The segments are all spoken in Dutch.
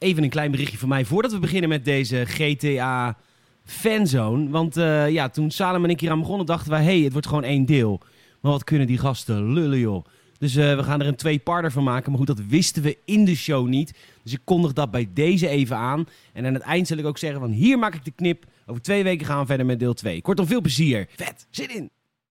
Even een klein berichtje van mij voordat we beginnen met deze GTA fanzone. Want toen Salem en ik hier aan begonnen dachten wij, het wordt gewoon 1 deel. Maar wat kunnen die gasten lullen, joh. Dus we gaan er een 2-parter van maken. Maar goed, dat wisten we in de show niet. Dus ik kondig dat bij deze even aan. En aan het eind zal ik ook zeggen van hier maak ik de knip. Over 2 weken gaan we verder met deel 2. Kortom, veel plezier. Vet, zin in.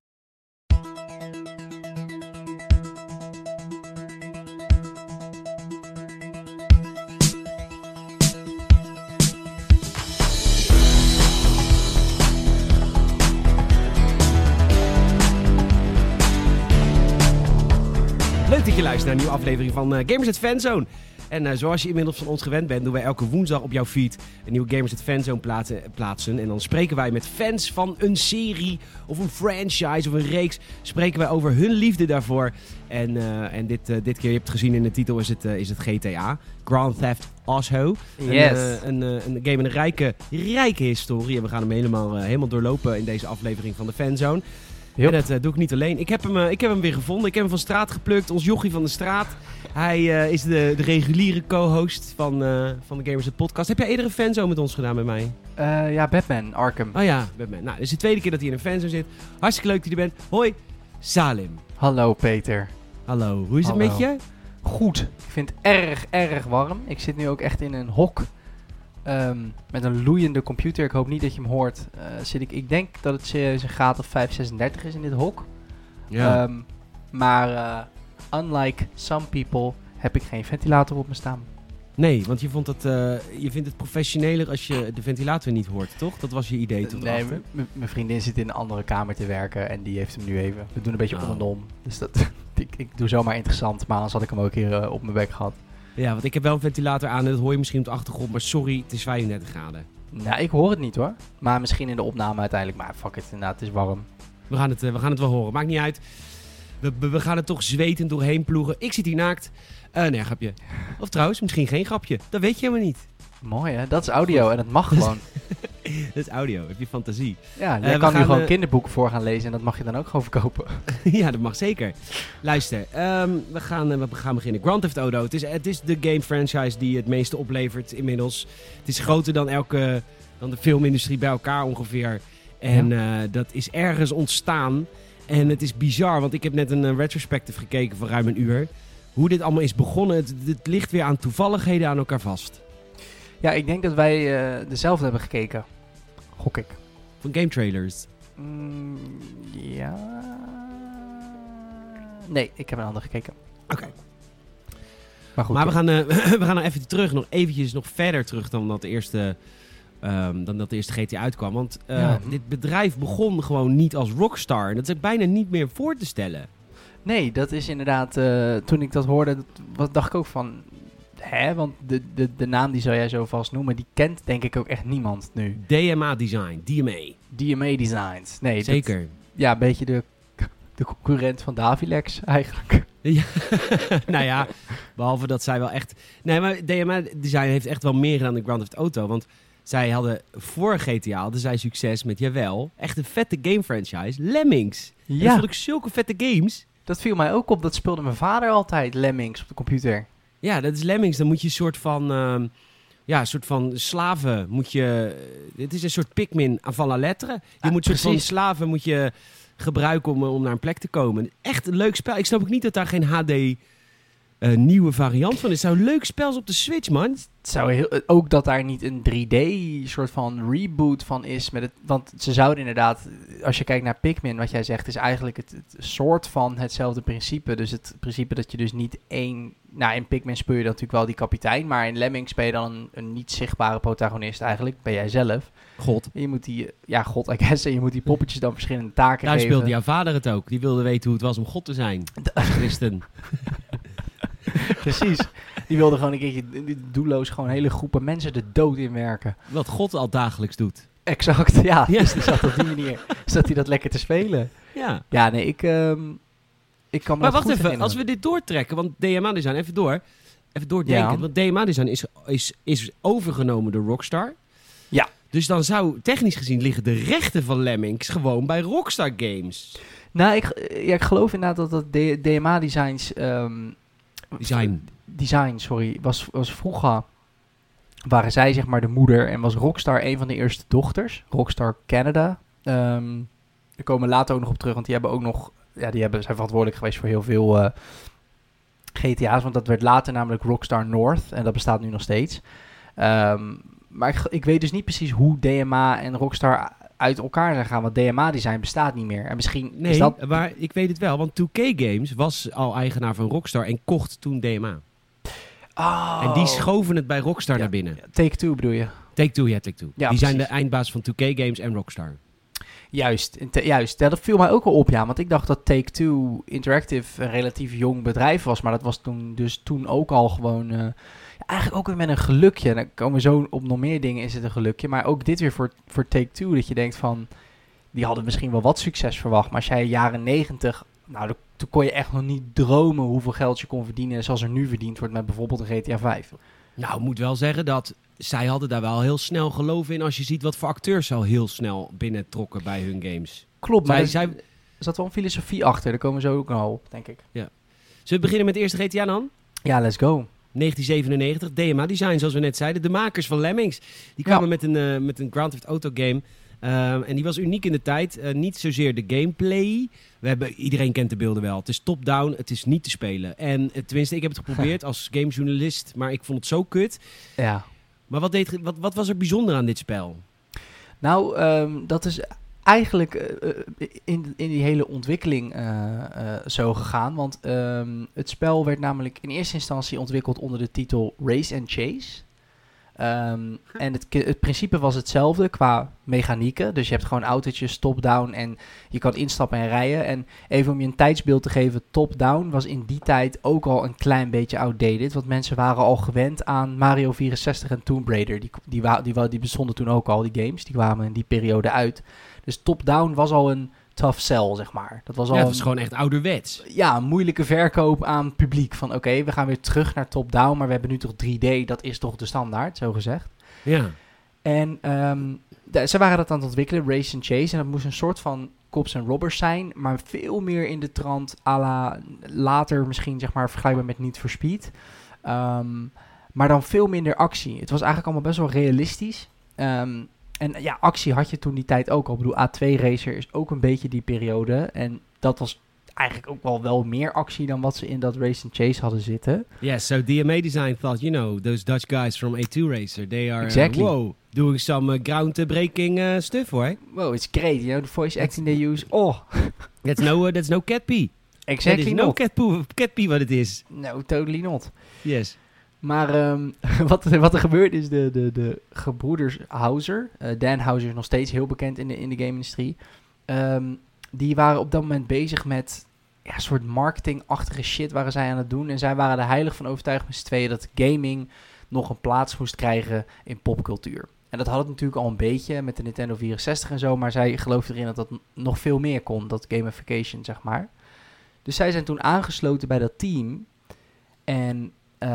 Leuk dat je luistert naar een nieuwe aflevering van Gamersnet Fanzone. En zoals je inmiddels van ons gewend bent, doen wij elke woensdag op jouw feed een nieuwe Gamersnet Fanzone plaatsen. En dan spreken wij met fans van een serie of een franchise of een reeks. Spreken wij over hun liefde daarvoor. En dit keer, je hebt het gezien in de titel, is het GTA. Grand Theft Auto. Yes. Een game met een rijke historie. En we gaan hem helemaal doorlopen in deze aflevering van de Fanzone. Yep. En dat doe ik niet alleen. Ik heb hem weer gevonden. Ik heb hem van straat geplukt. Ons jochie van de straat. Hij is de reguliere co-host van de Gamersnet podcast. Heb jij eerder een fanzone met ons gedaan met mij? Ja, Batman, Arkham. Oh ja, Batman. Nou, dit is de tweede keer dat hij in een fanzone zit. Hartstikke leuk dat je er bent. Hoi, Salim. Hallo Peter. Hallo, hoe is het met je? Goed. Ik vind het erg warm. Ik zit nu ook echt in een hok. Met een loeiende computer. Ik hoop niet dat je hem hoort. Ik denk dat het serieus een graad of 5,36 is in dit hok. Ja. Maar unlike some people heb ik geen ventilator op me staan. Nee, want je vindt het professioneler als je de ventilator niet hoort, toch? Dat was je idee tot Nee, erachter. mijn vriendin zit in een andere kamer te werken en die heeft hem nu even. We doen een beetje om en om. Dus ik doe zomaar interessant, maar anders had ik hem ook hier op mijn bek gehad. Ja, want ik heb wel een ventilator aan en dat hoor je misschien op de achtergrond. Maar sorry, het is 35 graden. Nou, ik hoor het niet hoor. Maar misschien in de opname uiteindelijk. Maar fuck it, inderdaad, het is warm. We gaan het wel horen. Maakt niet uit. We gaan er toch zwetend doorheen ploegen. Ik zit hier naakt. Nee, grapje. Of trouwens, misschien geen grapje. Dat weet je helemaal niet. Mooi hè, dat is audio en dat mag gewoon. Dat is audio, heb je fantasie. Ja, jij kan nu gewoon kinderboeken voor gaan lezen en dat mag je dan ook gewoon verkopen. Ja, dat mag zeker. Luister, we gaan beginnen. Grand Theft Auto, het is de game franchise die het meeste oplevert inmiddels. Het is groter dan de filmindustrie bij elkaar ongeveer. En dat is ergens ontstaan. En het is bizar, want ik heb net een retrospective gekeken van ruim 1 uur. Hoe dit allemaal is begonnen, het ligt weer aan toevalligheden aan elkaar vast. Ja, ik denk dat wij dezelfde hebben gekeken. Gok ik. Van game trailers. Ja. Nee, ik heb een andere gekeken. Oké. Maar goed. Maar we gaan nog even terug, nog verder terug dan dat de eerste GTA uitkwam. Want dit bedrijf begon gewoon niet als Rockstar. En dat is bijna niet meer voor te stellen. Nee, dat is inderdaad, toen ik dat hoorde, dacht ik ook van, want de naam die zou jij zo vast noemen, die kent denk ik ook echt niemand nu. DMA Design, DMA Designs. Nee, zeker. Een beetje de concurrent van Davilex eigenlijk. Ja, nou ja, behalve dat zij wel echt... Nee, maar DMA Design heeft echt wel meer gedaan dan Grand Theft Auto, want zij hadden voor GTA succes met, jawel, echt een vette game franchise, Lemmings. Ja. Dat vond ik zulke vette games. Dat viel mij ook op, dat speelde mijn vader altijd, Lemmings, op de computer. Ja, dat is Lemmings. Dan moet je een soort van slaven moet je... Het is een soort Pikmin avant la lettre. Je moet een soort van slaven moet je gebruiken om naar een plek te komen. Echt een leuk spel. Ik snap ook niet dat daar geen HD nieuwe variant van is. Het zou een leuk spel op de Switch, man. Het zou ook dat daar niet een 3D soort van reboot van is. Want ze zouden inderdaad, als je kijkt naar Pikmin, wat jij zegt, is eigenlijk het soort van hetzelfde principe. Dus het principe dat je dus niet in Pikmin speel je dan natuurlijk wel die kapitein, maar in Lemmings speel je dan een niet zichtbare protagonist eigenlijk, ben jij zelf. God. En je moet God, I guess. En je moet die poppetjes dan verschillende taken geven. Daar speelde jouw vader het ook. Die wilde weten hoe het was om God te zijn. Als christen. Precies. Die wilde gewoon een keertje doelloos gewoon hele groepen mensen de dood in werken. Wat God al dagelijks doet. Exact, ja. Dus die zat op die manier zat hij dat lekker te spelen. Ja. Ja, nee, ik kan me maar dat wacht goed even, herinneren. als we dit doortrekken, want DMA Design, even doordenken. Ja. Want DMA Design is overgenomen door Rockstar. Ja. Dus dan zou technisch gezien liggen de rechten van Lemmings gewoon bij Rockstar Games. Nou, ik geloof inderdaad dat DMA Designs... Design, was vroeger waren zij zeg maar de moeder en was Rockstar een van de eerste dochters. Rockstar Canada. Daar komen we later ook nog op terug, want die hebben ook nog... Ja, zijn verantwoordelijk geweest voor heel veel GTA's, want dat werd later namelijk Rockstar North en dat bestaat nu nog steeds. Maar ik weet dus niet precies hoe DMA en Rockstar uit elkaar zijn gaan, want DMA-design bestaat niet meer. En misschien is dat... maar ik weet het wel, want 2K Games was al eigenaar van Rockstar en kocht toen DMA. Oh. En die schoven het bij Rockstar naar binnen. Take-Two bedoel je? Take-Two. Ja, Ja, die precies. zijn de eindbaas van 2K Games en Rockstar. Juist. Ja, dat viel mij ook al op, ja. Want ik dacht dat Take-Two Interactive een relatief jong bedrijf was. Maar dat was toen ook al gewoon... eigenlijk ook weer met een gelukje. En dan komen we zo op nog meer dingen, is het een gelukje. Maar ook dit weer voor Take-Two. Dat je denkt van... Die hadden misschien wel wat succes verwacht. Maar als jij jaren 90... Nou, toen kon je echt nog niet dromen hoeveel geld je kon verdienen... zoals er nu verdiend wordt met bijvoorbeeld een GTA 5. Nou, ik moet wel zeggen dat zij hadden daar wel heel snel geloof in... als je ziet wat voor acteurs al heel snel binnentrokken bij hun games. Klopt, maar zij... er zat wel een filosofie achter. Daar komen we zo ook nog op, denk ik. Ja. Zullen we beginnen met de eerste GTA dan? Ja, let's go. 1997, DMA Design, zoals we net zeiden. De makers van Lemmings. Die kwamen met een Grand Theft Auto game... en die was uniek in de tijd. Niet zozeer de gameplay. Iedereen kent de beelden wel. Het is top-down, het is niet te spelen. En tenminste, ik heb het geprobeerd als gamejournalist, maar ik vond het zo kut. Ja. Maar wat was er bijzonder aan dit spel? Nou, dat is eigenlijk in die hele ontwikkeling zo gegaan. Want het spel werd namelijk in eerste instantie ontwikkeld onder de titel Race and Chase. En het principe was hetzelfde qua mechanieken. Dus je hebt gewoon autootjes top-down en je kan instappen en rijden. En even om je een tijdsbeeld te geven, top-down was in die tijd ook al een klein beetje outdated. Want mensen waren al gewend aan Mario 64 en Tomb Raider. Die bestonden toen ook al, die games. Die kwamen in die periode uit. Dus top-down was al een tough sell, zeg maar. Dat was al het was gewoon echt ouderwets. Ja, een moeilijke verkoop aan publiek. Van oké, we gaan weer terug naar top-down, maar we hebben nu toch 3D. Dat is toch de standaard, zo gezegd. Ja. En ze waren dat aan het ontwikkelen, Race and Chase. En dat moest een soort van cops en robbers zijn, maar veel meer in de trant à la later misschien, zeg maar, vergelijkbaar met Need for Speed. Maar dan veel minder actie. Het was eigenlijk allemaal best wel realistisch. En ja, actie had je toen die tijd ook al. Ik bedoel, A2 Racer is ook een beetje die periode. En dat was eigenlijk ook wel meer actie dan wat ze in dat Race and Chase hadden zitten. Yes, so DMA Design thought, those Dutch guys from A2 Racer, they are, exactly. Doing some ground-breaking stuff, hoor. Wow, it's great, the voice acting they use. Oh. That's no cat pee. Exactly that is not. No cat pee what it is. No, totally not. Yes. Maar wat er gebeurt is de gebroeders Houser, Dan Houser is nog steeds heel bekend in de game-industrie. Die waren op dat moment bezig met een soort marketingachtige shit waren zij aan het doen. En zij waren er heilig van overtuigd met z'n tweeën dat gaming nog een plaats moest krijgen in popcultuur. En dat had het natuurlijk al een beetje met de Nintendo 64 en zo, maar zij geloofden erin dat nog veel meer kon, dat gamification, zeg maar. Dus zij zijn toen aangesloten bij dat team. En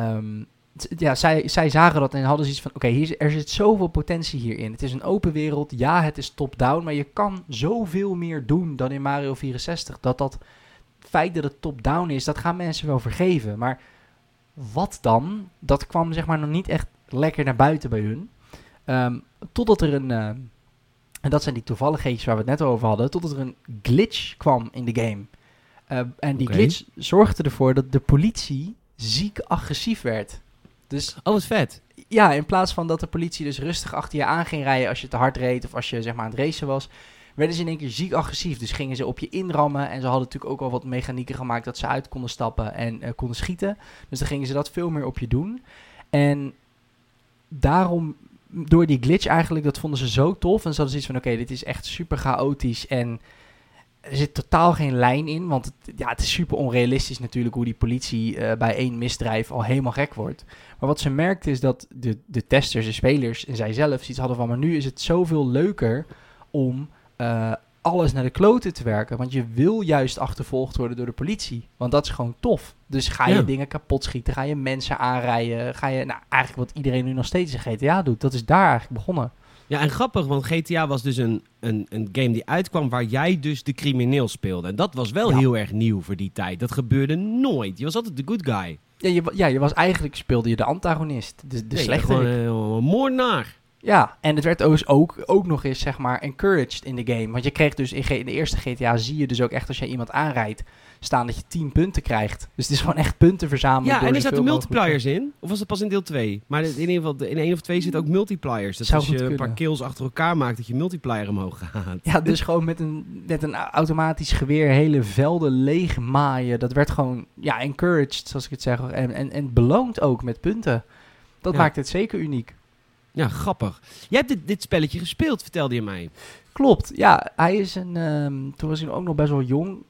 zij zagen dat en hadden zoiets van, oké, er zit zoveel potentie hierin. Het is een open wereld, ja, het is top-down, maar je kan zoveel meer doen dan in Mario 64. Dat feit dat het top-down is, dat gaan mensen wel vergeven. Maar wat dan? Dat kwam zeg maar nog niet echt lekker naar buiten bij hun. Totdat er en dat zijn die toevalligheidjes waar we het net over hadden, totdat er een glitch kwam in de game. En die glitch zorgde ervoor dat de politie ziek agressief werd. Dus, wat vet. Ja, in plaats van dat de politie dus rustig achter je aan ging rijden als je te hard reed of als je zeg maar aan het racen was, werden ze in één keer ziek agressief. Dus gingen ze op je inrammen en ze hadden natuurlijk ook al wat mechanieken gemaakt dat ze uit konden stappen en konden schieten. Dus dan gingen ze dat veel meer op je doen. En daarom, door die glitch eigenlijk, dat vonden ze zo tof. En ze hadden zoiets van, oké, dit is echt super chaotisch en er zit totaal geen lijn in, want het is super onrealistisch natuurlijk hoe die politie bij één misdrijf al helemaal gek wordt. Maar wat ze merkte is dat de testers, de spelers en zij zelf zoiets hadden van, maar nu is het zoveel leuker om alles naar de kloten te werken. Want je wil juist achtervolgd worden door de politie. Want dat is gewoon tof. Dus ga je dingen kapot schieten, ga je mensen aanrijden, ga je, eigenlijk wat iedereen nu nog steeds in GTA doet. Dat is daar eigenlijk begonnen. Ja, en grappig, want GTA was dus een game die uitkwam waar jij dus de crimineel speelde. En dat was wel heel erg nieuw voor die tijd. Dat gebeurde nooit. Je was altijd de good guy. Je was eigenlijk, speelde je de antagonist. De slechterik. Een moordenaar. Ja, en het werd dus ook nog eens, zeg maar, encouraged in de game. Want je kreeg dus in de eerste GTA zie je dus ook echt als je iemand aanrijdt staan dat je 10 punten krijgt. Dus het is gewoon echt punten verzamelen. Ja, en er zaten multipliers in. Of was het pas in deel 2? Maar in ieder geval, in 1 of 2 zitten ook multipliers. Dat als je een paar kills achter elkaar maakt, dat je multiplier omhoog gaat. Ja, dus gewoon met een automatisch geweer hele velden leeg maaien. Dat werd gewoon, encouraged, zoals ik het zeg. En beloond ook met punten. Dat maakt het zeker uniek. Ja, grappig. Jij hebt dit spelletje gespeeld, vertelde je mij. Klopt, ja. Hij is toen was hij ook nog best wel jong.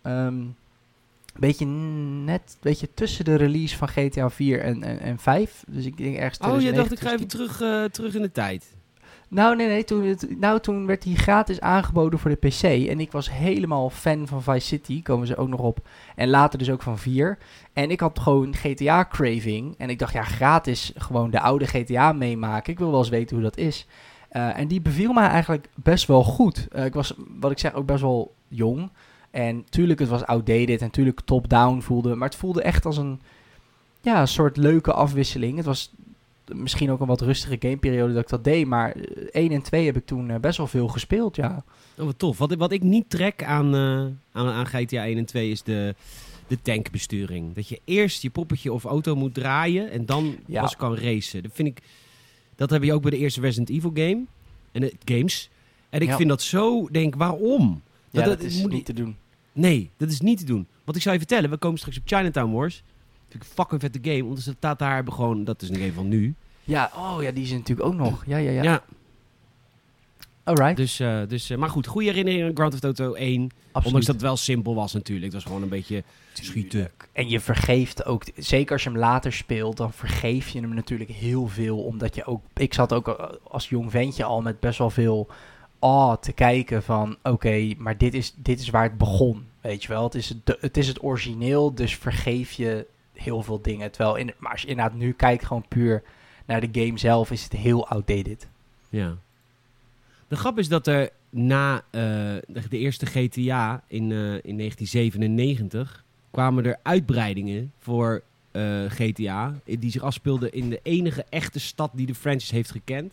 Beetje tussen de release van GTA 4 en 5. Dus ik denk ergens 2009. Oh, je dacht ik ga even terug in de tijd. Nou, nee. Toen werd hij gratis aangeboden voor de PC. En ik was helemaal fan van Vice City. Komen ze ook nog op. En later dus ook van 4. En ik had gewoon GTA-craving. En ik dacht, gratis gewoon de oude GTA meemaken. Ik wil wel eens weten hoe dat is. En die beviel mij eigenlijk best wel goed. Ik was, wat ik zeg, ook best wel jong. En tuurlijk, het was outdated. En tuurlijk top-down voelde. Maar het voelde echt als een soort leuke afwisseling. Het was misschien ook een wat rustige gameperiode dat ik dat deed. Maar 1 en 2 heb ik toen best wel veel gespeeld, ja. Oh, wat tof. Wat ik niet trek aan GTA 1 en 2 is de tankbesturing. Dat je eerst je poppetje of auto moet draaien en dan pas kan racen. Dat heb je ook bij de eerste Resident Evil game. En games. En ik vind dat zo, waarom? Dat is niet te doen. Nee, dat is niet te doen. Want ik zou je vertellen, we komen straks op Chinatown Wars. Dat vind ik een fucking vette game. Want ze staat daar gewoon, dat is een game van nu. Ja, die is natuurlijk ook nog. Ja. Alright. Dus, maar goed, goede herinneringen aan Grand Theft Auto 1. Absoluut. Ondanks dat het wel simpel was natuurlijk. Het was gewoon een beetje schieten. En je vergeeft ook, zeker als je hem later speelt, dan vergeef je hem natuurlijk heel veel. Omdat je ook, ik zat ook als jong ventje al met best wel veel te kijken van, oké, maar dit is waar het begon. Weet je wel, het is het origineel, dus vergeef je heel veel dingen. Maar als je inderdaad nu kijkt gewoon puur naar de game zelf, is het heel outdated. Ja. De grap is dat er na de eerste GTA in 1997 kwamen er uitbreidingen voor GTA die zich afspeelden in de enige echte stad die de franchise heeft gekend.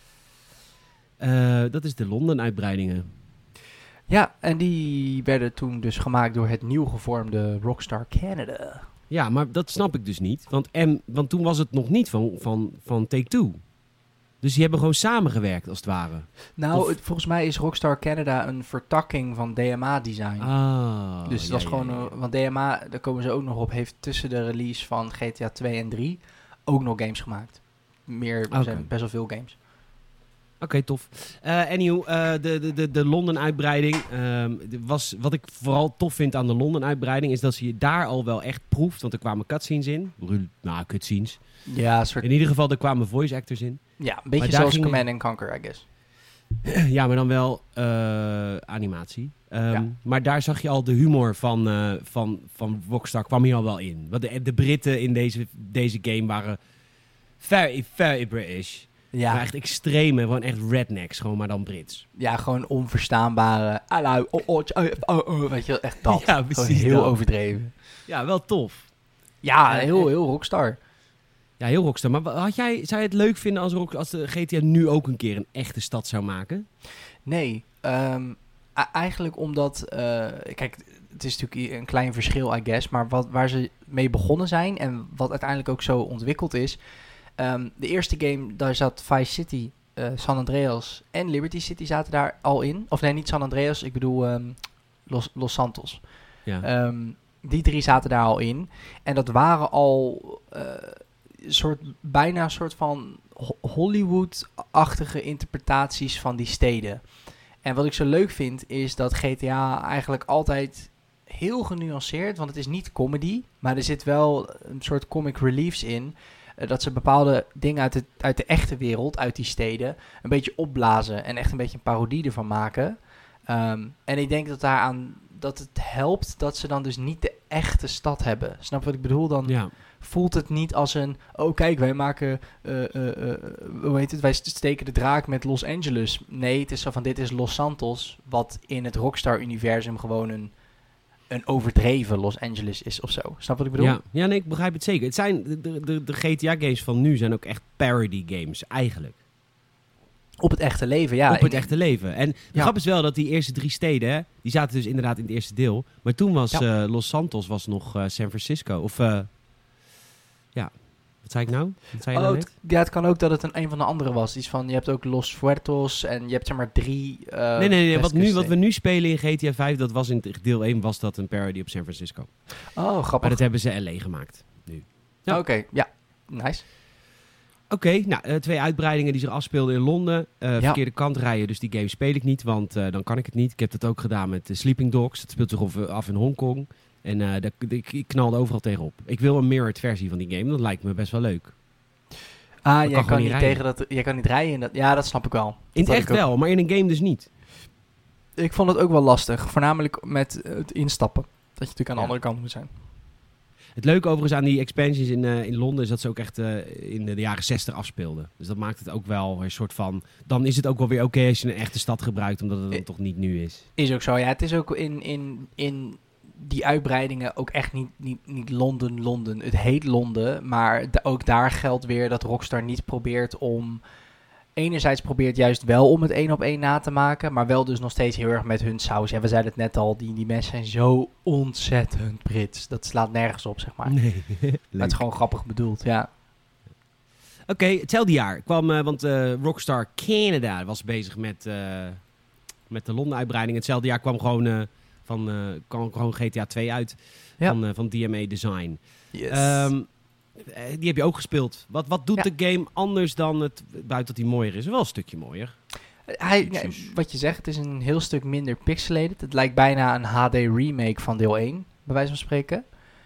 Dat is de Londen-uitbreidingen. Ja, en die werden toen dus gemaakt door het nieuw gevormde Rockstar Canada. Ja, maar dat snap ik dus niet. Want toen was het nog niet van Take-Two. Dus die hebben gewoon samengewerkt, als het ware. Nou, volgens mij is Rockstar Canada een vertakking van DMA Design. Dus dat is gewoon... Want DMA, daar komen ze ook nog op, heeft tussen de release van GTA 2 en 3 ook nog games gemaakt. Er zijn best wel veel games. Oké, tof. Anyhow, de Londen-uitbreiding. Wat ik vooral tof vind aan de Londen-uitbreiding is dat ze je daar al wel echt proeft. Want er kwamen cutscenes in. Cutscenes. Ja, in ieder geval, er kwamen voice actors in. Ja, een beetje zoals Command & Conquer, I guess. Ja, maar dan wel animatie. Maar daar zag je al de humor van Rockstar kwam hier al wel in. Want de Britten in deze game waren very British. Ja. Maar echt extreme, gewoon echt rednecks, gewoon maar dan Brits. Ja, gewoon onverstaanbare... weet je, echt dat. Ja, precies. Gewoon heel overdreven. Ja, wel tof. Ja, heel Rockstar. Ja, heel Rockstar. Maar zou je het leuk vinden als de GTA nu ook een keer een echte stad zou maken? Nee. Eigenlijk omdat... kijk, het is natuurlijk een klein verschil, I guess. Maar waar ze mee begonnen zijn en wat uiteindelijk ook zo ontwikkeld is... de eerste game, daar zat Vice City, San Andreas en Liberty City zaten daar al in. Of nee, niet San Andreas, ik bedoel Los Santos. Ja. Die 3 zaten daar al in. En dat waren al bijna een soort van Hollywood-achtige interpretaties van die steden. En wat ik zo leuk vind, is dat GTA eigenlijk altijd heel genuanceerd, want het is niet comedy, maar er zit wel een soort comic reliefs in. Dat ze bepaalde dingen uit de echte wereld, uit die steden, een beetje opblazen en echt een beetje een parodie ervan maken. En ik denk dat het helpt dat ze dan dus niet de echte stad hebben. Snap je wat ik bedoel? Dan voelt het niet als een... Oh, kijk, wij maken... hoe heet het? Wij steken de draak met Los Angeles. Nee, het is zo van, dit is Los Santos, wat in het Rockstar-universum gewoon een een overdreven Los Angeles is of zo. Snap wat ik bedoel? Ja, nee, ik begrijp het zeker. Het zijn de GTA-games van nu zijn ook echt parody-games, eigenlijk. Op het echte leven, ja. Op het echte leven. En de grap is wel dat die eerste 3 steden, hè, die zaten dus inderdaad in het eerste deel. Maar toen was Los Santos was nog San Francisco. Of, wat zei ik nou? Wat zei je nou net? Het kan ook dat het een van de andere was. Iets van, je hebt ook Los Fuertos en je hebt zeg maar 3... Nee. Wat we nu spelen in GTA 5, dat was in deel 1 was dat een parody op San Francisco. Oh, grappig. Maar dat hebben ze LA gemaakt nu. Ja. Oké, ja. Nice. Oké, 2 uitbreidingen die zich afspeelden in Londen. Verkeerde kant rijden, dus die game speel ik niet, want dan kan ik het niet. Ik heb dat ook gedaan met Sleeping Dogs. Dat speelt zich af in Hongkong. En ik knalde overal tegenop. Ik wil een mirrored versie van die game, dat lijkt me best wel leuk. Jij kan niet rijden. Jij kan niet rijden. Ja, dat snap ik wel. In het echt wel, maar in een game dus niet. Ik vond het ook wel lastig. Voornamelijk met het instappen. Dat je natuurlijk aan de andere kant moet zijn. Het leuke overigens aan die expansions in Londen is dat ze ook echt in de jaren 60 afspeelden. Dus dat maakt het ook wel een soort van... Dan is het ook wel weer oké als je een echte stad gebruikt, omdat het dan toch niet nu is. Is ook zo, ja. Het is ook in die uitbreidingen ook echt niet Londen. Het heet Londen, maar ook daar geldt weer dat Rockstar niet probeert om... Enerzijds probeert juist wel om het 1-op-1 na te maken, maar wel dus nog steeds heel erg met hun saus. En we zeiden het net al, die mensen zijn zo ontzettend Brits. Dat slaat nergens op, zeg maar. Nee. Maar het is gewoon grappig bedoeld, ja. Oké, hetzelfde jaar kwam, want Rockstar Canada was bezig met de Londen-uitbreiding. Hetzelfde jaar kwam gewoon GTA 2 uit van DMA Design. Yes. Die heb je ook gespeeld. Wat doet de game anders dan buiten dat hij mooier is? Wel een stukje mooier. Wat je zegt, het is een heel stuk minder pixelated. Het lijkt bijna een HD remake van deel 1, bij wijze van spreken.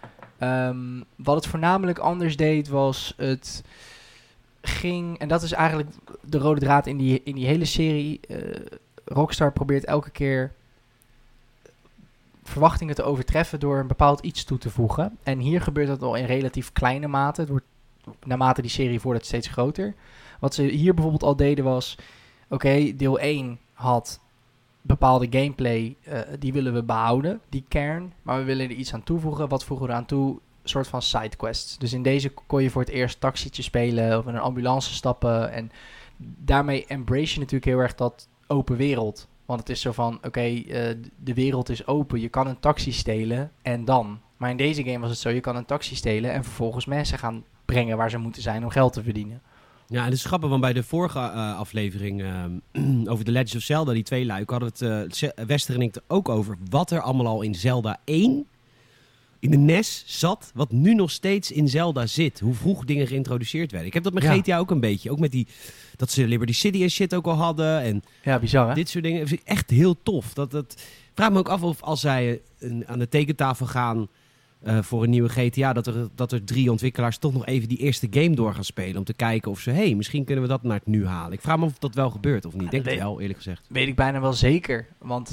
Wat het voornamelijk anders deed, was het ging... En dat is eigenlijk de rode draad in die hele serie. Rockstar probeert elke keer verwachtingen te overtreffen door een bepaald iets toe te voegen. En hier gebeurt dat al in relatief kleine mate. Het wordt naarmate die serie voordat steeds groter. Wat ze hier bijvoorbeeld al deden was... Oké, deel 1 had bepaalde gameplay, die willen we behouden, die kern. Maar we willen er iets aan toevoegen. Wat voegen we eraan toe? Een soort van sidequests. Dus in deze kon je voor het eerst taxietje spelen of in een ambulance stappen. En daarmee embrace je natuurlijk heel erg dat open wereld. Want het is zo van, de wereld is open. Je kan een taxi stelen en dan. Maar in deze game was het zo, je kan een taxi stelen en vervolgens mensen gaan brengen waar ze moeten zijn om geld te verdienen. Ja, en het is grappig, want bij de vorige aflevering over The Legend of Zelda, die 2 luik, hadden we het Wester en ik er ook over wat er allemaal al in Zelda 1 in de NES zat, wat nu nog steeds in Zelda zit. Hoe vroeg dingen geïntroduceerd werden. Ik heb dat met GTA ook een beetje. Ook met dat ze Liberty City en shit ook al hadden. En ja, bizar hè? Dit soort dingen. Echt heel tof. Vraag me ook af of als zij aan de tekentafel gaan voor een nieuwe GTA, dat er 3 ontwikkelaars toch nog even die eerste game door gaan spelen. Om te kijken of ze, misschien kunnen we dat naar het nu halen. Ik vraag me of dat wel gebeurt of niet. Denk het wel, eerlijk gezegd. Weet ik bijna wel zeker. Want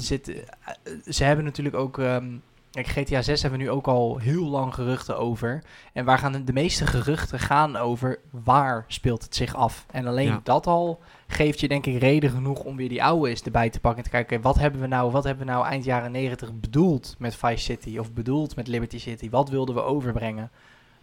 ze hebben natuurlijk ook... GTA 6 hebben we nu ook al heel lang geruchten over. En waar gaan de meeste geruchten gaan over waar speelt het zich af? En alleen dat al geeft je denk ik reden genoeg om weer die oude eens erbij te pakken. En te kijken, wat hebben we nou eind jaren 90 bedoeld met Vice City? Of bedoeld met Liberty City? Wat wilden we overbrengen?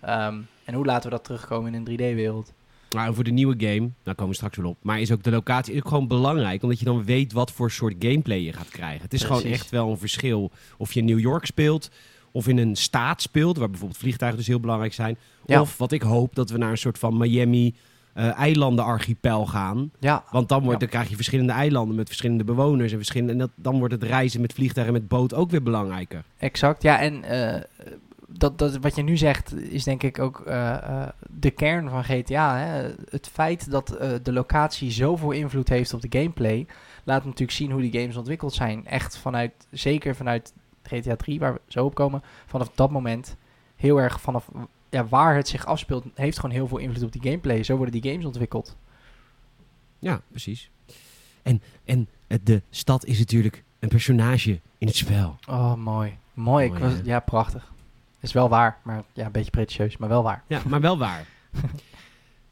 En hoe laten we dat terugkomen in een 3D-wereld? Nou, voor de nieuwe game, daar komen we straks wel op. Maar is ook de locatie ook gewoon belangrijk. Omdat je dan weet wat voor soort gameplay je gaat krijgen. Het is gewoon echt wel een verschil of je in New York speelt. Of in een staat speelt, waar bijvoorbeeld vliegtuigen dus heel belangrijk zijn. Ja. Of wat ik hoop, dat we naar een soort van Miami eilandenarchipel gaan. Ja. Want dan krijg je verschillende eilanden met verschillende bewoners. En dan wordt het reizen met vliegtuigen en met boot ook weer belangrijker. Exact, ja. En dat wat je nu zegt is denk ik ook de kern van GTA. Hè? Het feit dat de zoveel invloed heeft op de gameplay laat natuurlijk zien hoe die games ontwikkeld zijn. Echt zeker vanuit GTA 3, waar we zo op komen, vanaf dat moment heel erg vanaf waar het zich afspeelt, heeft gewoon heel veel invloed op die gameplay. Zo worden die games ontwikkeld. Ja, precies. En de stad is natuurlijk een personage in het spel. Oh, mooi. Prachtig. Is wel waar, maar een beetje pretentieus, maar wel waar. Ja, maar wel waar.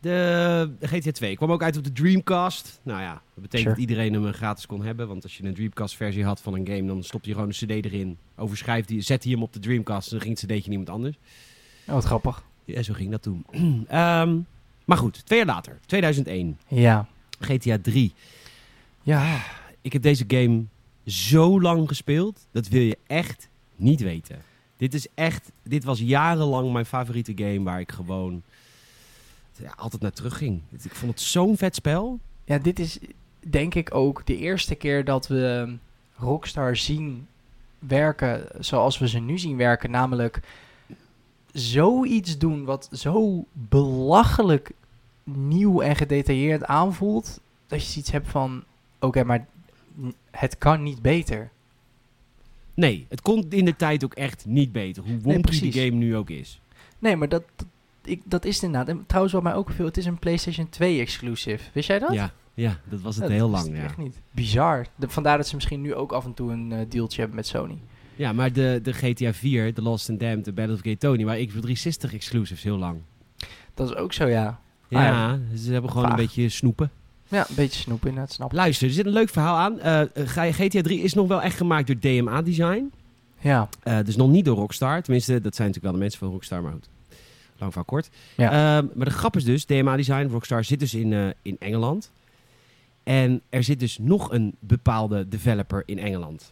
de GTA 2 kwam ook uit op de Dreamcast. Nou ja, dat betekent dat iedereen hem gratis kon hebben. Want als je een Dreamcast versie had van een game, dan stopte je gewoon een cd erin. Zette hij hem op de Dreamcast en dan ging het cd'tje niemand anders. Oh, wat grappig. Ja, zo ging dat toen. Maar goed, 2 jaar later, 2001. Ja. GTA 3. Ja. Ik heb deze game zo lang gespeeld, dat wil je echt niet weten. Dit was jarenlang mijn favoriete game waar ik gewoon altijd naar terug ging. Ik vond het zo'n vet spel. Ja, dit is denk ik ook de eerste keer dat we Rockstar zien werken zoals we ze nu zien werken. Namelijk zoiets doen wat zo belachelijk nieuw en gedetailleerd aanvoelt. Dat je zoiets hebt van, oké, maar het kan niet beter. Nee, het kon in de tijd ook echt niet beter. Hoe wonky die game nu ook is. Nee, maar dat is het inderdaad. En trouwens wat mij ook veel, het is een PlayStation 2 exclusive. Wist jij dat? Ja, dat was het heel lang. Dat is ja. echt niet. Bizar. Vandaar dat ze misschien nu ook af en toe een dealtje hebben met Sony. Ja, maar de GTA 4, The Lost and Damned, The Battle of Gay Tony, waren Xbox 360 exclusives heel lang. Dat is ook zo, ja. Ja, ze hebben gewoon een beetje snoepen. Ja, een beetje snoepen inderdaad, snap. Luister, er zit een leuk verhaal aan. GTA 3 is nog wel echt gemaakt door DMA Design. Ja. Dus nog niet door Rockstar. Tenminste, dat zijn natuurlijk wel de mensen van Rockstar, maar goed. Lang van kort. Ja. Maar de grap is dus, DMA Design, Rockstar zit dus in Engeland. En er zit dus nog een bepaalde developer in Engeland.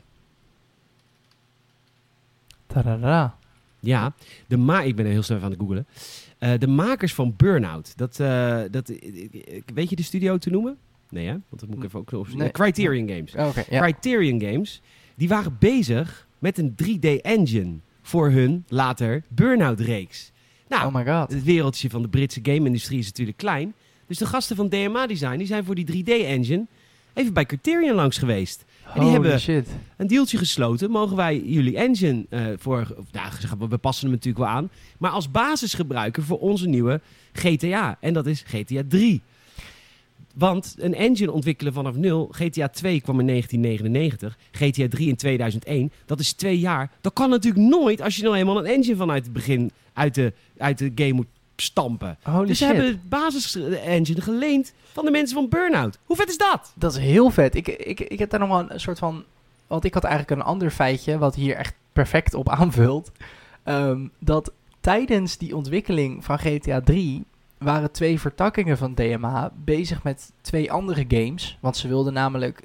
Tadada. Ja, ik ben er heel snel aan het googlen. De makers van Burnout. Weet je de studio te noemen? Nee, hè? Want dat moet ik even ook nog... Nee. Criterion Games. Oh, okay, ja. Criterion Games, die waren bezig met een 3D-engine voor hun later Burnout-reeks. Nou, oh my god. het wereldje van de Britse game-industrie is natuurlijk klein. Dus de gasten van DMA Design, die zijn voor die 3D-engine even bij Criterion langs geweest. En die hebben een dealtje gesloten. Mogen wij jullie engine we passen hem natuurlijk wel aan. Maar als basis gebruiken voor onze nieuwe GTA. En dat is GTA 3. Want een engine ontwikkelen vanaf 0. GTA 2 kwam in 1999. GTA 3 in 2001. Dat is 2 jaar. Dat kan natuurlijk nooit als je nou eenmaal een engine vanuit het begin uit de game moet stampen. Dus ze hebben de basis-engine geleend van de mensen van Burnout. Hoe vet is dat? Dat is heel vet. Ik heb daar nog wel een soort van... Want ik had eigenlijk een ander feitje wat hier echt perfect op aanvult. Dat tijdens die ontwikkeling van GTA 3 waren 2 vertakkingen van DMA bezig met 2 andere games. Want ze wilden namelijk...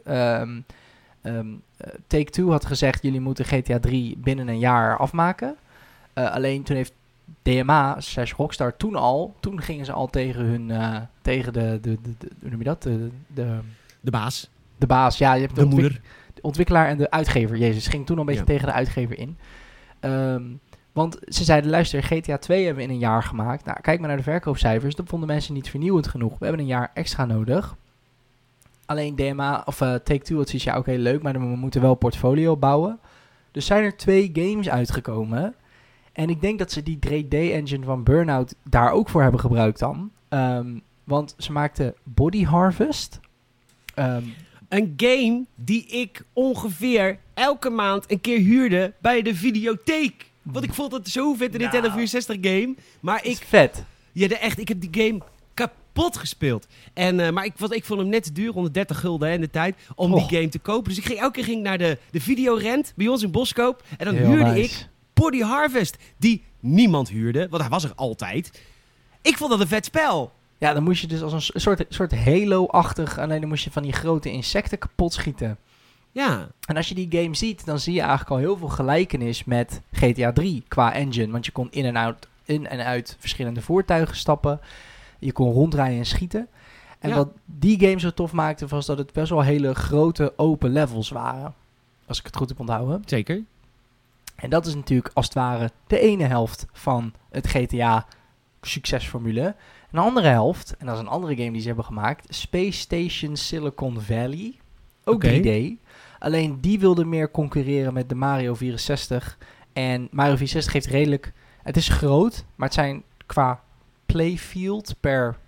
Take-Two had gezegd, jullie moeten GTA 3 binnen een jaar afmaken. Alleen toen heeft DMA/Rockstar toen gingen ze al tegen hun, tegen de hoe noem je dat? De baas. De baas, ja. Je hebt de moeder. De ontwikkelaar en de uitgever, Jezus, ging toen al een beetje tegen de uitgever in. Want ze zeiden, luister, GTA 2 hebben we in een jaar gemaakt. Nou, kijk maar naar de verkoopcijfers. Dat vonden mensen niet vernieuwend genoeg. We hebben een jaar extra nodig. Alleen DMA, of Take-Two had zoiets, ja, oké, leuk, maar we moeten wel een portfolio bouwen. Dus zijn er 2 games uitgekomen. En ik denk dat ze die 3D-engine van Burnout daar ook voor hebben gebruikt dan. Want ze maakten Body Harvest. Een game die ik ongeveer elke maand een keer huurde bij de videotheek. Want ik vond het zo vet, de Nintendo 64 game. Maar is vet. Ja, ik heb die game kapot gespeeld. Maar ik vond hem net te duur, 130 gulden in de tijd, om die game te kopen. Dus elke keer ging naar de videorent bij ons in Boskoop. En dan huurde ik Body Harvest, die niemand huurde, want hij was er altijd. Ik vond dat een vet spel. Ja, dan moest je dus als een soort Halo-achtig, alleen dan moest je van die grote insecten kapot schieten. Ja. En als je die game ziet, dan zie je eigenlijk al heel veel gelijkenis met GTA 3 qua engine. Want je kon in en uit verschillende voertuigen stappen. Je kon rondrijden en schieten. En wat die game zo tof maakte, was dat het best wel hele grote open levels waren. Als ik het goed heb onthouden. Zeker. En dat is natuurlijk als het ware de ene helft van het GTA succesformule. Een andere helft, en dat is een andere game die ze hebben gemaakt, Space Station Silicon Valley. Ook 3D. Alleen die wilde meer concurreren met de Mario 64. En Mario 64 heeft redelijk... Het is groot, maar het zijn qua playfield per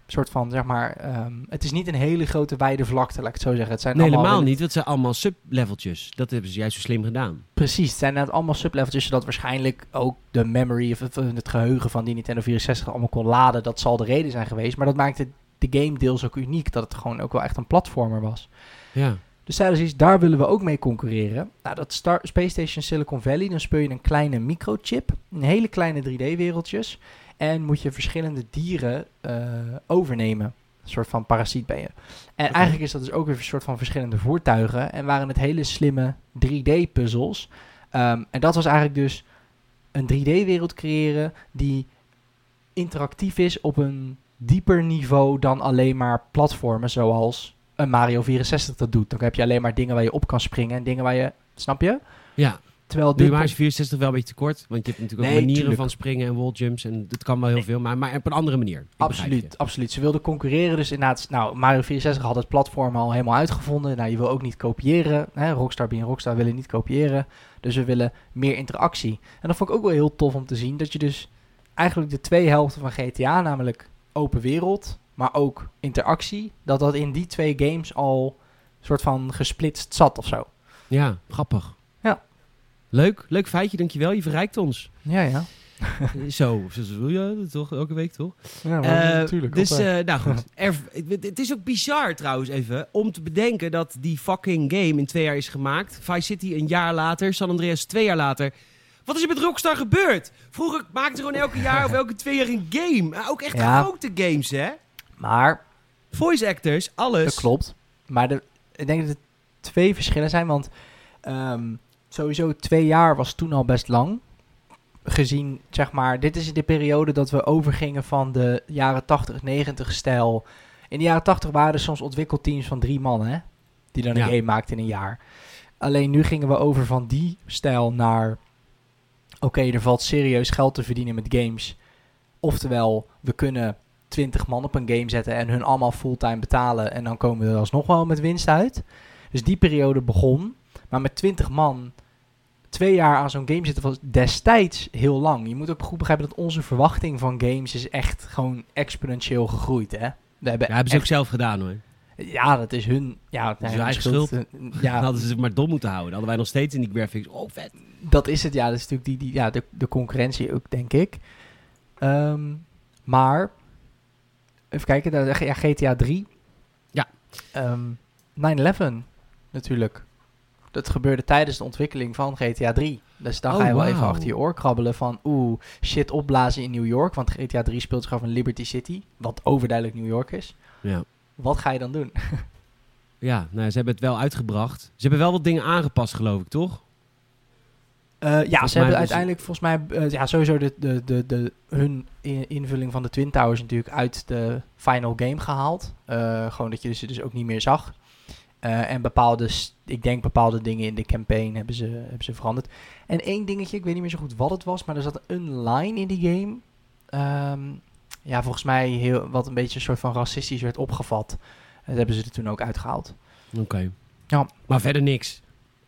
soort van, zeg maar... het is niet een hele grote wijde vlakte, laat ik het zo zeggen. Het zijn Nee, allemaal helemaal niet. Het zijn allemaal subleveltjes. Dat hebben ze juist zo slim gedaan. Precies, het zijn net allemaal subleveltjes, zodat waarschijnlijk ook de memory of het geheugen van die Nintendo 64 allemaal kon laden. Dat zal de reden zijn geweest. Maar dat maakte de game deels ook uniek, dat het gewoon ook wel echt een platformer was. Ja. Dus zeiden ze, daar willen we ook mee concurreren. Nou, dat Space Station Silicon Valley, dan speel je een kleine microchip, een hele kleine 3D-wereldjes. En moet je verschillende dieren overnemen. Een soort van parasiet ben je. En eigenlijk is dat dus ook weer een soort van verschillende voertuigen. En waren het hele slimme 3D-puzzels. En dat was eigenlijk dus een 3D-wereld creëren die interactief is op een dieper niveau dan alleen maar platformen zoals een Mario 64 dat doet. Dan heb je alleen maar dingen waar je op kan springen en dingen waar je... Snap je? Ja. Terwijl Nu dit... Mario 64 wel een beetje tekort. Want je hebt natuurlijk ook manieren van springen en walljumps. En dat kan wel heel veel. Maar op een andere manier. Absoluut. Ze wilden concurreren. Dus inderdaad, Mario 64 had het platform al helemaal uitgevonden. Nou, je wil ook niet kopiëren. Hè? Rockstar being Rockstar willen niet kopiëren. Dus we willen meer interactie. En dat vond ik ook wel heel tof om te zien. Dat je dus eigenlijk de twee helften van GTA, namelijk open wereld, maar ook interactie, dat in die twee games al soort van gesplitst zat of zo. Ja, grappig. Ja. Leuk feitje, dankjewel. Je verrijkt ons. Ja. Zo wil je toch? Elke week toch? Ja, natuurlijk. Dus, nou goed. Het is ook bizar trouwens even, om te bedenken dat die fucking game in 2 jaar is gemaakt. Vice City een jaar later, San Andreas 2 jaar later. Wat is er met Rockstar gebeurd? Vroeger maakten ze gewoon elke jaar of elke 2 jaar een game. Ook echt grote games, hè? Maar... voice actors, alles. Dat klopt. Maar ik denk dat er 2 verschillen zijn, want sowieso 2 jaar was toen al best lang. Gezien, zeg maar, dit is de periode dat we overgingen van de jaren 80, 90 stijl. In de jaren 80 waren er soms ontwikkelteams van 3 man, hè? Die dan een game maakten in een jaar. Alleen nu gingen we over van die stijl naar... Oké, er valt serieus geld te verdienen met games. Oftewel, we kunnen 20 man op een game zetten en hun allemaal fulltime betalen. En dan komen we er alsnog wel met winst uit. Dus die periode begon. Maar met 20 man 2 jaar aan zo'n game zitten was destijds heel lang. Je moet ook goed begrijpen dat onze verwachting van games is echt gewoon exponentieel gegroeid. Hè? Hebben ze ook zelf gedaan hoor. Ja, dat is hun... Ja, dat is hun eigen schuld. Dan hadden ze het maar dom moeten houden. Dan hadden wij nog steeds in die graphics. Oh, vet. Dat is het, ja. Dat is natuurlijk de concurrentie ook, denk ik. Maar... Even kijken. GTA 3. Ja. 9/11 natuurlijk. Dat gebeurde tijdens de ontwikkeling van GTA 3. Dus dan ga je wel even achter je oor krabbelen van... shit opblazen in New York. Want GTA 3 speelt zich af in Liberty City. Wat overduidelijk New York is. Ja. Wat ga je dan doen? Ja, nou, ze hebben het wel uitgebracht. Ze hebben wel wat dingen aangepast, geloof ik, toch? Ja, ze hebben uiteindelijk volgens mij... sowieso hun invulling van de Twin Towers natuurlijk uit de final game gehaald. Gewoon dat je ze dus ook niet meer zag. En bepaalde dingen in de campaign hebben ze veranderd. En één dingetje, ik weet niet meer zo goed wat het was, maar er zat een line in die game. Volgens mij wat een beetje een soort van racistisch werd opgevat. Dat hebben ze er toen ook uitgehaald. Oké. Ja. Maar verder niks.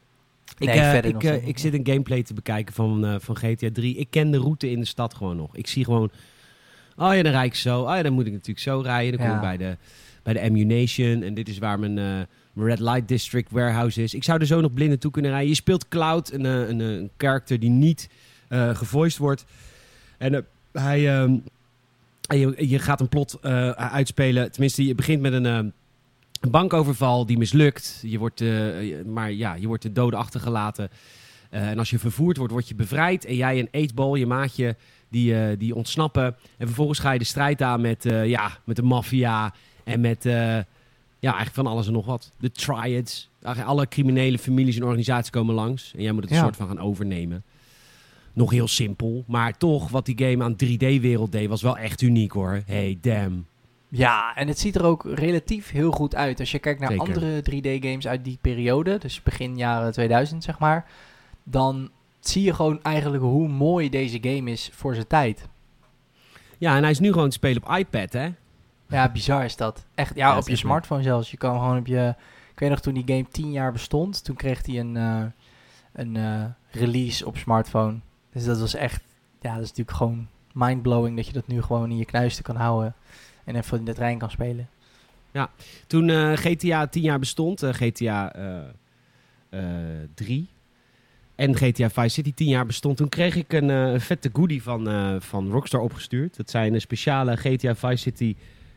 Ik zit een gameplay te bekijken van GTA 3. Ik ken de route in de stad gewoon nog. Ik zie gewoon... Oh ja, dan rijd ik zo. Oh ja, dan moet ik natuurlijk zo rijden. Dan kom ik bij de Ammunition. En dit is waar mijn Red Light District warehouse is. Ik zou er zo nog blind naartoe kunnen rijden. Je speelt Cloud, een character die niet gevoiced wordt. En je gaat een plot uitspelen. Tenminste, je begint met een bankoverval die mislukt. Je wordt de dode achtergelaten. En als je vervoerd wordt, word je bevrijd. En jij en 8-Ball, je maatje, die ontsnappen. En vervolgens ga je de strijd aan met de maffia. En met eigenlijk van alles en nog wat. De triads. Alle criminele families en organisaties komen langs. En jij moet het een soort van gaan overnemen. Nog heel simpel. Maar toch, wat die game aan 3D-wereld deed, was wel echt uniek hoor. Hey, damn. Ja, en het ziet er ook relatief heel goed uit. Als je kijkt naar andere 3D-games uit die periode, dus begin jaren 2000 zeg maar, dan zie je gewoon eigenlijk hoe mooi deze game is voor zijn tijd. Ja, en hij is nu gewoon te spelen op iPad, hè? Ja, bizar is dat. Echt, ja, op je smartphone zelfs. Je kan gewoon op je... Ik weet nog, toen die game 10 jaar bestond, toen kreeg hij een release op smartphone. Dus dat was echt... Ja, dat is natuurlijk gewoon mindblowing dat je dat nu gewoon in je knuisten kan houden. En even in de trein kan spelen. Toen GTA 10 jaar bestond, GTA 3 en GTA Vice City 10 jaar bestond, toen kreeg ik een vette goodie van Rockstar opgestuurd. Dat zijn speciale GTA Vice City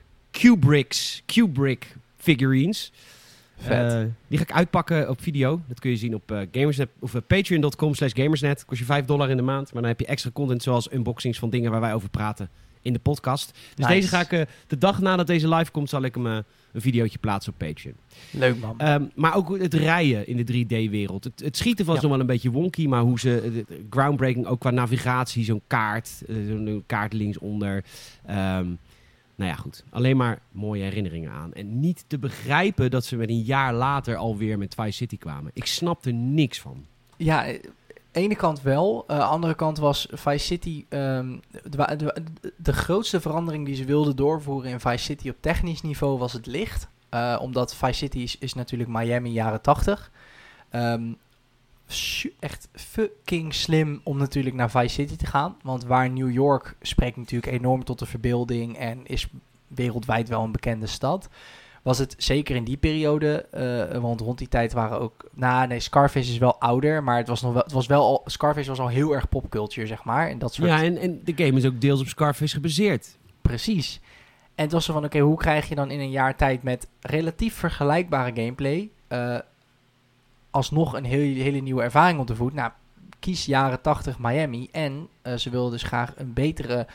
Kubrick figurines. Die ga ik uitpakken op video. Dat kun je zien op Gamersnet of patreon.com/gamersnet. Kost je $5 in de maand. Maar dan heb je extra content zoals unboxings van dingen waar wij over praten in de podcast. Dus Nice. deze ga ik de dag nadat deze live komt, zal ik hem een videootje plaatsen op Patreon. Leuk man. Maar ook het rijden in de 3D-wereld. Het schieten was nog wel een beetje wonky, maar hoe ze groundbreaking ook qua navigatie, zo'n kaart linksonder. Nou ja, goed. Alleen maar mooie herinneringen aan. En niet te begrijpen dat ze met een jaar later alweer met Vice City kwamen. Ik snapte niks van. Ja, ene kant wel. Andere kant was Vice City... de grootste verandering die ze wilden doorvoeren in Vice City op technisch niveau was het licht. Omdat Vice City is natuurlijk Miami jaren 80. Echt fucking slim om natuurlijk naar Vice City te gaan. Want waar New York spreekt natuurlijk enorm tot de verbeelding en is wereldwijd wel een bekende stad. Was het zeker in die periode, want rond die tijd waren ook... Scarface is wel ouder, maar Scarface was al heel erg popculture, zeg maar. En dat soort... Ja, en de game is ook deels op Scarface gebaseerd. Precies. En het was zo van, oké, hoe krijg je dan in een jaar tijd met relatief vergelijkbare gameplay... alsnog een hele nieuwe ervaring op de voet. Nou, kies jaren 80 Miami. En ze wilden dus graag een betere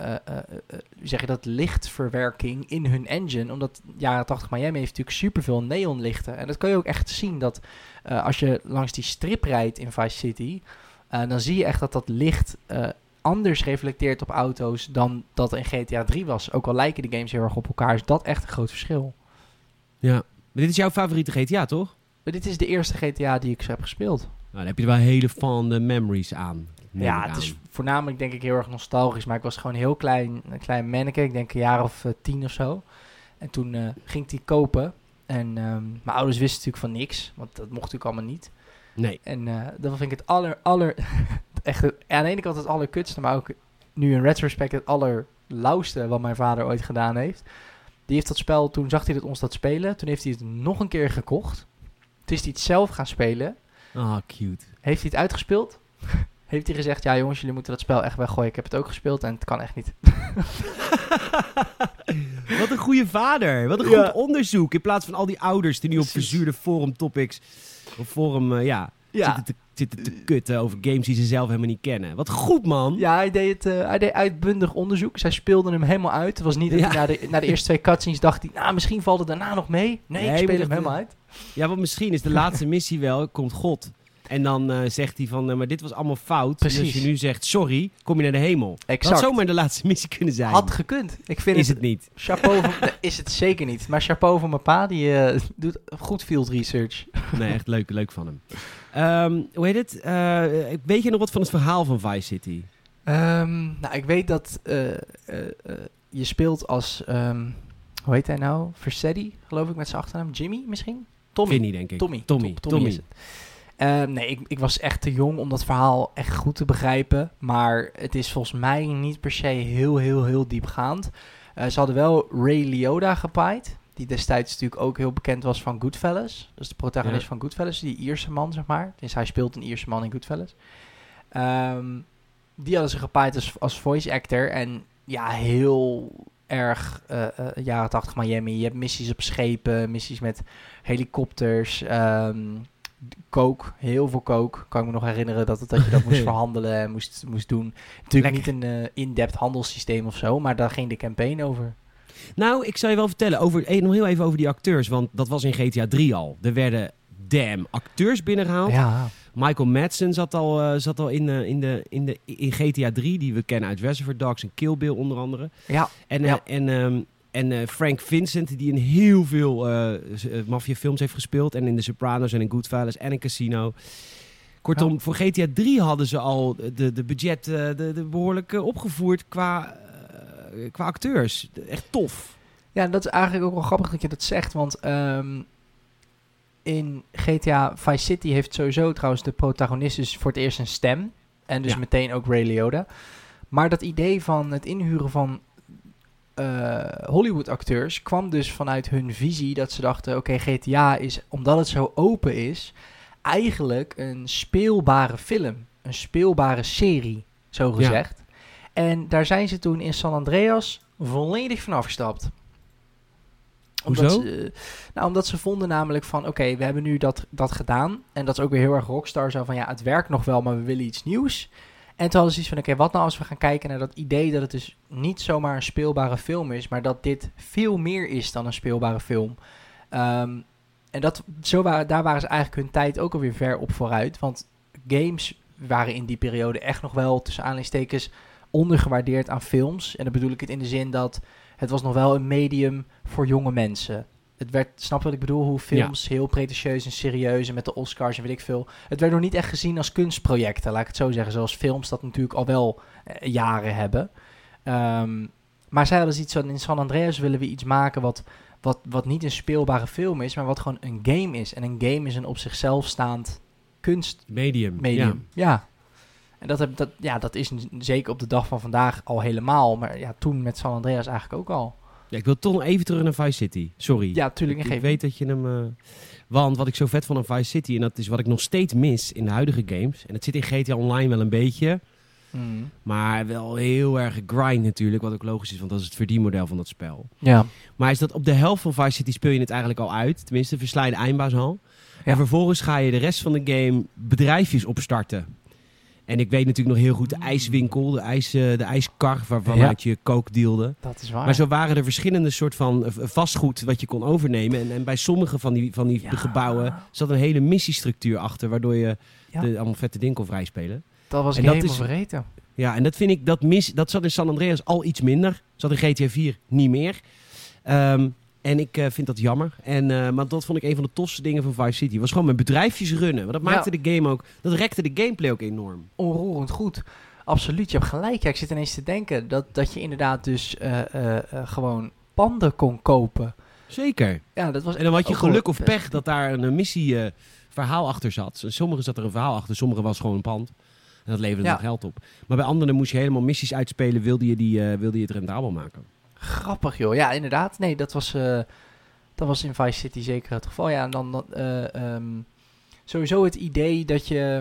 lichtverwerking in hun engine. Omdat jaren 80 Miami heeft natuurlijk superveel neonlichten. En dat kan je ook echt zien dat als je langs die strip rijdt in Vice City, dan zie je echt dat licht anders reflecteert op auto's dan dat in GTA 3 was. Ook al lijken de games heel erg op elkaar, is dat echt een groot verschil. Ja, maar dit is jouw favoriete GTA, toch? Maar dit is de eerste GTA die ik heb gespeeld. Nou, dan heb je er wel hele fond memories aan. Ja, het is voornamelijk denk ik heel erg nostalgisch. Maar ik was gewoon heel een klein manneke. Ik denk een jaar of 10 of zo. En toen ging ik die kopen. En mijn ouders wisten natuurlijk van niks. Want dat mocht natuurlijk allemaal niet. Nee. En dat vind ik het echt aan de ene kant het allerkutste. Maar ook nu in retrospect het allerlauwste wat mijn vader ooit gedaan heeft. Die heeft dat spel, toen zag hij ons dat spelen. Toen heeft hij het nog een keer gekocht. Toen is hij het zelf gaan spelen. Ah, cute. Heeft hij het uitgespeeld? Heeft hij gezegd, ja jongens, jullie moeten dat spel echt weggooien. Ik heb het ook gespeeld en het kan echt niet. Wat een goede vader. Wat een goed onderzoek. In plaats van al die ouders die nu op verzuurde forum topics of forum zitten te kutten over games die ze zelf helemaal niet kennen. Wat goed, man. Ja, hij deed uitbundig onderzoek. Zij speelden hem helemaal uit. Het was niet dat hij na de eerste 2 cutscenes dacht hij, nou, misschien valt het daarna nog mee. Nee, ik speel hem helemaal uit. Ja, want misschien is de laatste missie wel, komt God. En dan zegt hij van, maar dit was allemaal fout. Precies. Dus als je nu zegt, sorry, kom je naar de hemel. Exact. Dat had zomaar de laatste missie kunnen zijn. Had gekund. Ik vind is het niet. Chapeau is het zeker niet. Maar chapeau van mijn pa, die doet goed field research. Nee, echt leuk van hem. Hoe heet het? Weet je nog wat van het verhaal van Vice City? Nou, ik weet dat je speelt als, hoe heet hij nou? Versetti, geloof ik met zijn achternaam. Jimmy misschien? Tommy. Vinnie, denk ik. Tommy is het. Nee, ik was echt te jong om dat verhaal echt goed te begrijpen. Maar het is volgens mij niet per se heel diepgaand. Ze hadden wel Ray Liotta gepaaid. Die destijds natuurlijk ook heel bekend was van Goodfellas. Dat is de protagonist van Goodfellas. Die Ierse man, zeg maar. Dus hij speelt een Ierse man in Goodfellas. Die hadden ze gepaaid als voice actor. En ja, heel erg jaren 80 Miami. Je hebt missies op schepen. Missies met helikopters. Coke, heel veel coke. Kan ik me nog herinneren dat je dat moest verhandelen en moest doen. Natuurlijk niet een in-depth handelssysteem of zo, maar daar ging de campaign over. Nou, ik zal je wel vertellen, nog heel even over die acteurs, want dat was in GTA 3 al. Er werden acteurs binnengehaald. Ja. Michael Madsen zat al in GTA 3, die we kennen uit Reservoir Dogs en Kill Bill onder andere. Ja. En Frank Vincent, die in heel veel maffiafilms heeft gespeeld. En in The Sopranos en in Goodfellas en in Casino. Kortom, voor GTA 3 hadden ze al de budget behoorlijk opgevoerd qua acteurs. Echt tof. Ja, dat is eigenlijk ook wel grappig dat je dat zegt. Want in GTA Vice City heeft sowieso trouwens de protagonist dus voor het eerst een stem. En dus meteen ook Ray Liotta. Maar dat idee van het inhuren van Hollywood-acteurs kwam dus vanuit hun visie dat ze dachten, oké, GTA is, omdat het zo open is, eigenlijk een speelbare film. Een speelbare serie, zo gezegd. Ja. En daar zijn ze toen in San Andreas volledig van afgestapt. Hoezo? Omdat ze vonden namelijk van, oké, we hebben nu dat gedaan. En dat is ook weer heel erg Rockstar, zo van, ja, het werkt nog wel, maar we willen iets nieuws. En toen hadden ze iets van, oké, wat nou als we gaan kijken naar dat idee dat het dus niet zomaar een speelbare film is, maar dat dit veel meer is dan een speelbare film. En daar waren ze eigenlijk hun tijd ook alweer ver op vooruit. Want games waren in die periode echt nog wel, tussen aanleidingstekens, ondergewaardeerd aan films. En dan bedoel ik het in de zin dat het was nog wel een medium voor jonge mensen. Het werd, snap wat ik bedoel, hoe films heel pretentieus en serieus en met de Oscars en weet ik veel. Het werd nog niet echt gezien als kunstprojecten, laat ik het zo zeggen. Zoals films dat natuurlijk al wel jaren hebben. Maar zij hadden zoiets van, in San Andreas willen we iets maken wat niet een speelbare film is, maar wat gewoon een game is. En een game is een op zichzelf staand medium. Ja. En dat is zeker op de dag van vandaag al helemaal. Maar ja, toen met San Andreas eigenlijk ook al. Ja, ik wil toch nog even terug naar Vice City. Sorry. Ja, tuurlijk. Ik weet dat je hem... want wat ik zo vet vond aan Vice City, en dat is wat ik nog steeds mis in de huidige games, en het zit in GTA Online wel een beetje, maar wel heel erg grind natuurlijk, wat ook logisch is, want dat is het verdienmodel van dat spel. Ja. Maar is dat op de helft van Vice City speel je het eigenlijk al uit. Tenminste, versla je de eindbaas al. Ja. En vervolgens ga je de rest van de game bedrijfjes opstarten. En ik weet natuurlijk nog heel goed de ijswinkel, de ijskar waaruit je kook dealde. Dat is waar. Maar zo waren er verschillende soort van vastgoed wat je kon overnemen. En bij sommige van die gebouwen zat een hele missiestructuur achter, waardoor je allemaal vette dingen kon vrijspelen. Dat was helemaal vergeten. Ja, en dat vind ik, dat zat in San Andreas al iets minder. Zat in GTA 4 niet meer. En ik vind dat jammer. Maar dat vond ik een van de tofste dingen van Vice City. Was gewoon met bedrijfjes runnen. Want dat maakte de game ook... Dat rekte de gameplay ook enorm. Onroerend goed. Absoluut, je hebt gelijk. Ja, ik zit ineens te denken dat je inderdaad dus gewoon panden kon kopen. Zeker. Ja, dat was en dan had je geluk of pech dat daar een missieverhaal achter zat. Sommige zat er een verhaal achter, sommige was gewoon een pand. En dat leverde nog geld op. Maar bij anderen moest je helemaal missies uitspelen, wilde je het rendabel maken. Grappig joh, ja inderdaad. Nee, dat was in Vice City zeker het geval. Ja, en dan sowieso het idee dat je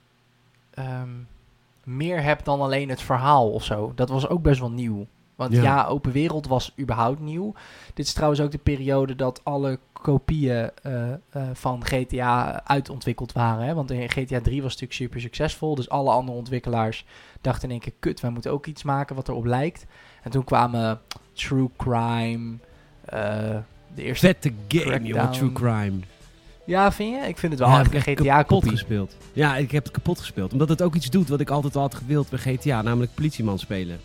meer hebt dan alleen het verhaal of zo. Dat was ook best wel nieuw. Want open wereld was überhaupt nieuw. Dit is trouwens ook de periode dat alle kopieën van GTA uitontwikkeld waren. Hè? Want in GTA 3 was natuurlijk super succesvol. Dus alle andere ontwikkelaars dachten in één keer, kut, wij moeten ook iets maken wat erop lijkt. En toen kwamen True Crime, de eerste vette game, jongen, True Crime. Ja, vind je? Ik vind het wel een GTA-kopie gespeeld. Ja, ik heb het kapot gespeeld. Omdat het ook iets doet wat ik altijd al had gewild bij GTA, namelijk politieman spelen.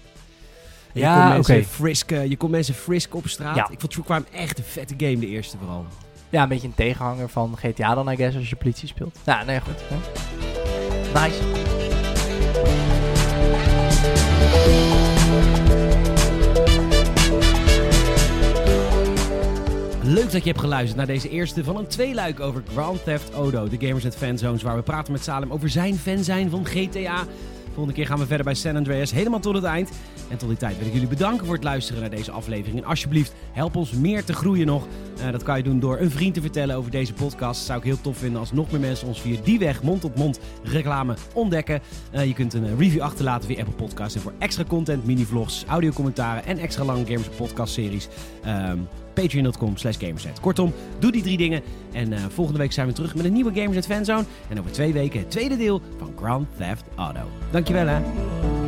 Je kon mensen frisken op straat. Ja. Ik vond True Crime echt een vette game, de eerste vooral. Ja, een beetje een tegenhanger van GTA dan, I guess, als je politie speelt. Ja, nee, goed. Hè? Nice. Leuk dat je hebt geluisterd naar deze eerste van een tweeluik over Grand Theft Auto. De Gamersnet Fanzones, waar we praten met Salem over zijn fan zijn van GTA. Volgende keer gaan we verder bij San Andreas, helemaal tot het eind. En tot die tijd wil ik jullie bedanken voor het luisteren naar deze aflevering. En alsjeblieft, help ons meer te groeien nog. Dat kan je doen door een vriend te vertellen over deze podcast. Dat zou ik heel tof vinden als nog meer mensen ons via die weg, mond-tot-mond reclame ontdekken. Je kunt een review achterlaten via Apple Podcasts. En voor extra content, mini-vlogs, audiocommentaren en extra lange Gamers podcast series... Patreon.com/Gamersnet. Kortom, doe die 3 dingen. En volgende week zijn we terug met een nieuwe Gamersnet Fanzone. En over 2 weken het tweede deel van Grand Theft Auto. Dankjewel hè.